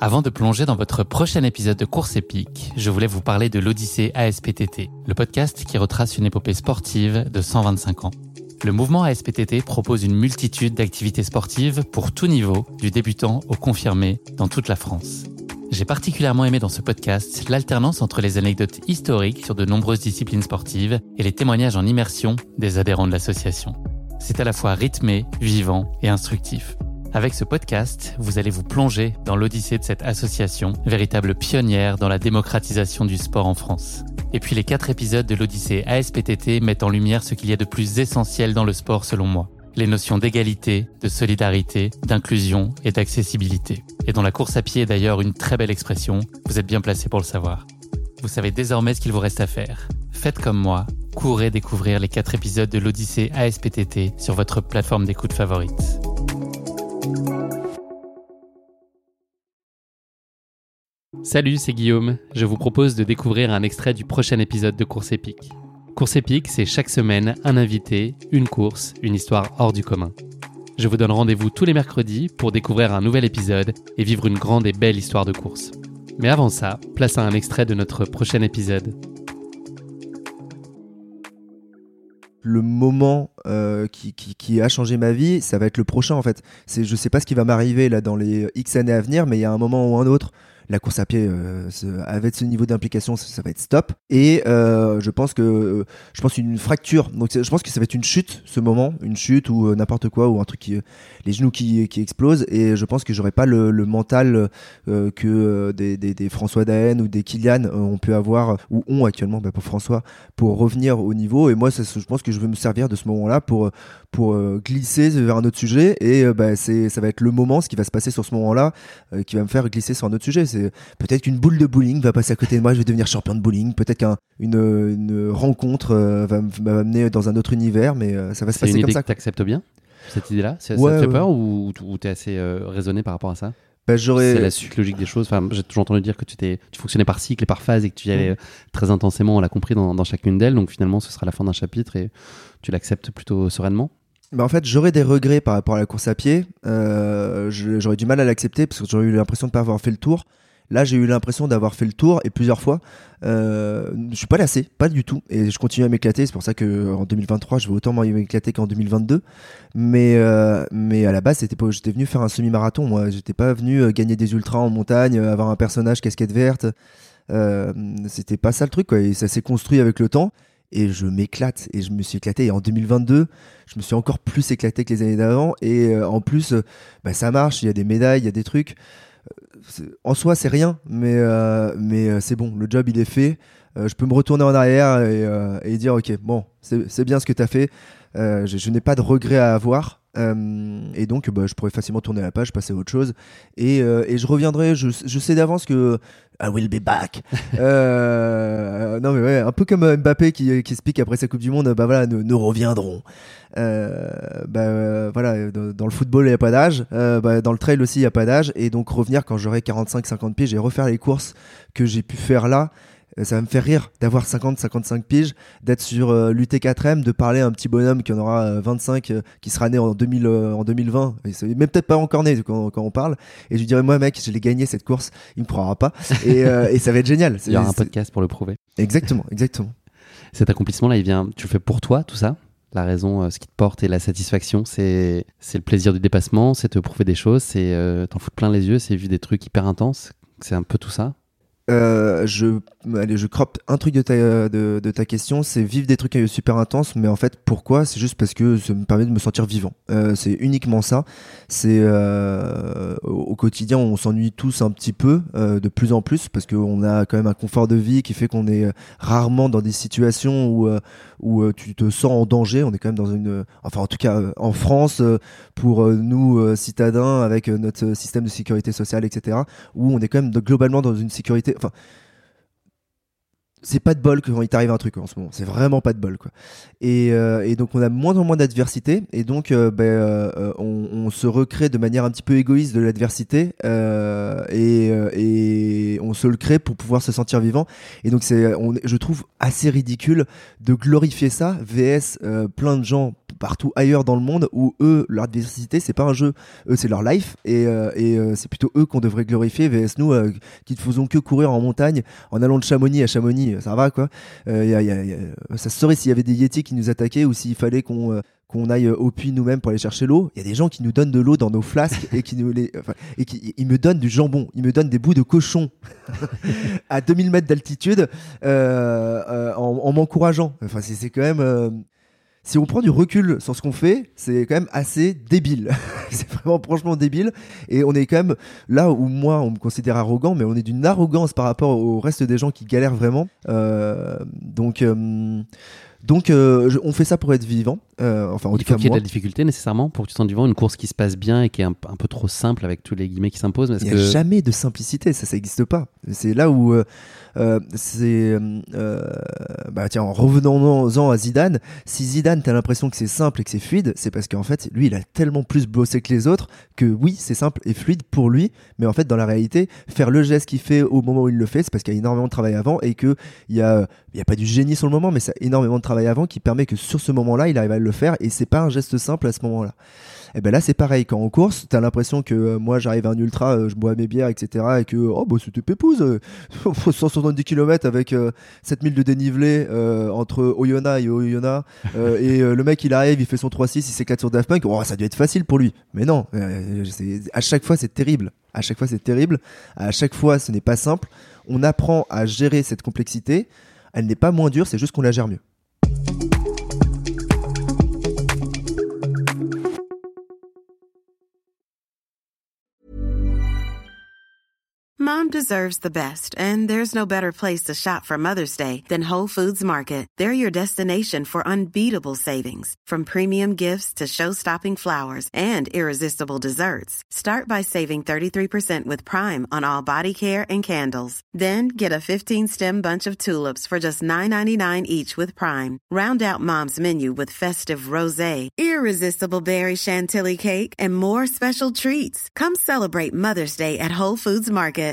Avant de plonger dans votre prochain épisode de Course épique, je voulais vous parler de l'Odyssée ASPTT, le podcast qui retrace une épopée sportive de 125 ans. Le mouvement ASPTT propose une multitude d'activités sportives pour tout niveau, du débutant au confirmé, dans toute la France. J'ai particulièrement aimé dans ce podcast l'alternance entre les anecdotes historiques sur de nombreuses disciplines sportives et les témoignages en immersion des adhérents de l'association. C'est à la fois rythmé, vivant et instructif. Avec ce podcast, vous allez vous plonger dans l'odyssée de cette association, véritable pionnière dans la démocratisation du sport en France. Et puis les 4 épisodes de l'Odyssée ASPTT mettent en lumière ce qu'il y a de plus essentiel dans le sport selon moi. Les notions d'égalité, de solidarité, d'inclusion et d'accessibilité. Et dont la course à pied est d'ailleurs une très belle expression, vous êtes bien placé pour le savoir. Vous savez désormais ce qu'il vous reste à faire. Faites comme moi, courez découvrir les 4 épisodes de l'Odyssée ASPTT sur votre plateforme d'écoute favorite. Salut, c'est Guillaume. Je vous propose de découvrir un extrait du prochain épisode de Course épique. Course épique, c'est chaque semaine un invité, une course, une histoire hors du commun. Je vous donne rendez-vous tous les mercredis pour découvrir un nouvel épisode et vivre une grande et belle histoire de course. Mais avant ça, place à un extrait de notre prochain épisode. Le moment qui a changé ma vie, ça va être le prochain en fait. Je sais pas ce qui va m'arriver là dans les X années à venir, mais il y a un moment ou un autre, la course à pied avec ce niveau d'implication, ça va être stop. Et je pense une fracture. Donc je pense que ça va être une chute, ce moment, une chute ou n'importe quoi, ou un truc les genoux qui explosent. Et je pense que j'aurai pas le mental que des François Daen ou des Kylian ont pu avoir ou ont actuellement pour François pour revenir au niveau. Et moi, je pense que je vais me servir de ce moment-là pour glisser vers un autre sujet. Et ça va être le moment, ce qui va se passer sur ce moment-là, qui va me faire glisser sur un autre sujet. C'est peut-être qu'une boule de bowling va passer à côté de moi, je vais devenir champion de bowling. Peut-être qu'une rencontre va m'amener dans un autre univers, mais ça va se passer comme ça. C'est une idée que tu acceptes bien, cette idée-là? Ça te fait peur ou t'es assez raisonné par rapport à ça? C'est la suite logique des choses. Enfin, j'ai toujours entendu dire que tu fonctionnais par cycle et par phase et que tu y allais très intensément, on l'a compris, dans chacune d'elles. Donc finalement, ce sera la fin d'un chapitre et tu l'acceptes plutôt sereinement? En fait, j'aurais des regrets par rapport à la course à pied. J'aurais du mal à l'accepter parce que j'aurais eu l'impression de ne pas avoir fait le tour. Là, j'ai eu l'impression d'avoir fait le tour et plusieurs fois. Je suis pas lassé, pas du tout. Et je continue à m'éclater. C'est pour ça qu'en 2023, je vais autant m'éclater qu'en 2022. Mais à la base, j'étais venu faire un semi-marathon. Moi, j'étais pas venu gagner des ultras en montagne, avoir un personnage casquette verte. C'était pas ça le truc, quoi. Et ça s'est construit avec le temps. Et je m'éclate, et je me suis éclaté. Et en 2022, je me suis encore plus éclaté que les années d'avant. Et en plus, ça marche, il y a des médailles, il y a des trucs. En soi, c'est rien, mais c'est bon, le job, il est fait. Je peux me retourner en arrière et dire, ok, bon, c'est bien ce que tu as fait. Je n'ai pas de regrets à avoir. Et donc je pourrais facilement tourner la page, passer à autre chose et je reviendrai, je sais d'avance que I will be back. Non mais ouais, un peu comme Mbappé qui explique après sa Coupe du Monde, voilà, nous reviendrons. Voilà, dans le football il n'y a pas d'âge, dans le trail aussi il n'y a pas d'âge, et donc revenir quand j'aurai 45-50 piges et refaire les courses que j'ai pu faire là, ça va me faire rire d'avoir 50-55 piges, d'être sur l'UT4M, de parler à un petit bonhomme qui en aura 25, qui sera né en 2020, et c'est même peut-être pas encore né quand on parle, et je lui dirais, moi mec, je l'ai gagné cette course, il me croira pas, et ça va être génial. Il y aura un podcast pour le prouver. Exactement. Cet accomplissement-là, tu le fais pour toi, tout ça? La raison, ce qui te porte et la satisfaction, c'est le plaisir du dépassement, c'est te prouver des choses, c'est t'en foutre plein les yeux, c'est vivre des trucs hyper intenses, c'est un peu tout ça? Je croppe un truc de ta question, c'est vivre des trucs super intenses, mais en fait pourquoi? C'est juste parce que ça me permet de me sentir vivant, c'est uniquement ça. C'est au quotidien on s'ennuie tous un petit peu, de plus en plus, parce qu'on a quand même un confort de vie qui fait qu'on est rarement dans des situations où tu te sens en danger. On est quand même dans en tout cas en France, pour nous citadins avec notre système de sécurité sociale, etc., où on est quand même globalement dans une sécurité. Enfin, c'est pas de bol quand il t'arrive un truc en ce moment. C'est vraiment pas de bol, quoi. Et donc on a moins en moins d'adversité, et donc on se recrée de manière un petit peu égoïste de l'adversité, et on se le crée pour pouvoir se sentir vivant. Et donc je trouve assez ridicule de glorifier ça, vs plein de gens partout ailleurs dans le monde où eux, leur adversité, c'est pas un jeu, eux c'est leur life, et c'est plutôt eux qu'on devrait glorifier, vs nous qui ne faisons que courir en montagne en allant de Chamonix à Chamonix, ça va, quoi. Ça se saurait s'il y avait des yétis qui nous attaquaient, ou s'il fallait qu'on aille au puits nous-mêmes pour aller chercher l'eau. Il y a des gens qui nous donnent de l'eau dans nos flasques et qui ils me donnent du jambon, ils me donnent des bouts de cochon à 2000 mètres d'altitude, en m'encourageant. Enfin, c'est quand même si on prend du recul sur ce qu'on fait, c'est quand même assez débile. C'est vraiment franchement débile. Et on est quand même là où moi, on me considère arrogant, mais on est d'une arrogance par rapport au reste des gens qui galèrent vraiment. Donc, on fait ça pour être vivant. Enfin, en Il tout cas, faut qu'il y ait de moi. la difficulté nécessairement pour que tu te sentes vivant, une course qui se passe bien et qui est un peu trop simple avec tous les guillemets qui s'imposent. Il n'y a jamais de simplicité, ça n'existe pas. C'est là où tiens, en revenant-en à Zidane, si Zidane t'as l'impression que c'est simple et que c'est fluide, c'est parce qu'en fait lui il a tellement plus bossé que les autres que oui c'est simple et fluide pour lui, mais en fait dans la réalité faire le geste qu'il fait au moment où il le fait, c'est parce qu'il y a énormément de travail avant, et que il y a pas du génie sur le moment, mais c'est énormément de travail avant qui permet que sur ce moment-là il arrive à le faire, et c'est pas un geste simple à ce moment-là. Et ben là c'est pareil, quand en course t'as l'impression que moi j'arrive à un ultra, je bois mes bières etc, et que c'était pépouze, 170 km avec 7000 de dénivelé entre Oyonnax et Oyonnax, et le mec il arrive, il fait son 3-6, il s'éclate sur Daft Punk, ça doit être facile pour lui, mais non, à chaque fois c'est terrible, à chaque fois ce n'est pas simple. On apprend à gérer cette complexité, elle n'est pas moins dure, c'est juste qu'on la gère mieux. Mom deserves the best, and there's no better place to shop for Mother's Day than Whole Foods Market. They're your destination for unbeatable savings, from premium gifts to show-stopping flowers and irresistible desserts. Start by saving 33% with Prime on all body care and candles. Then get a 15-stem bunch of tulips for just $9.99 each with Prime. Round out Mom's menu with festive rosé, irresistible berry chantilly cake, and more special treats. Come celebrate Mother's Day at Whole Foods Market.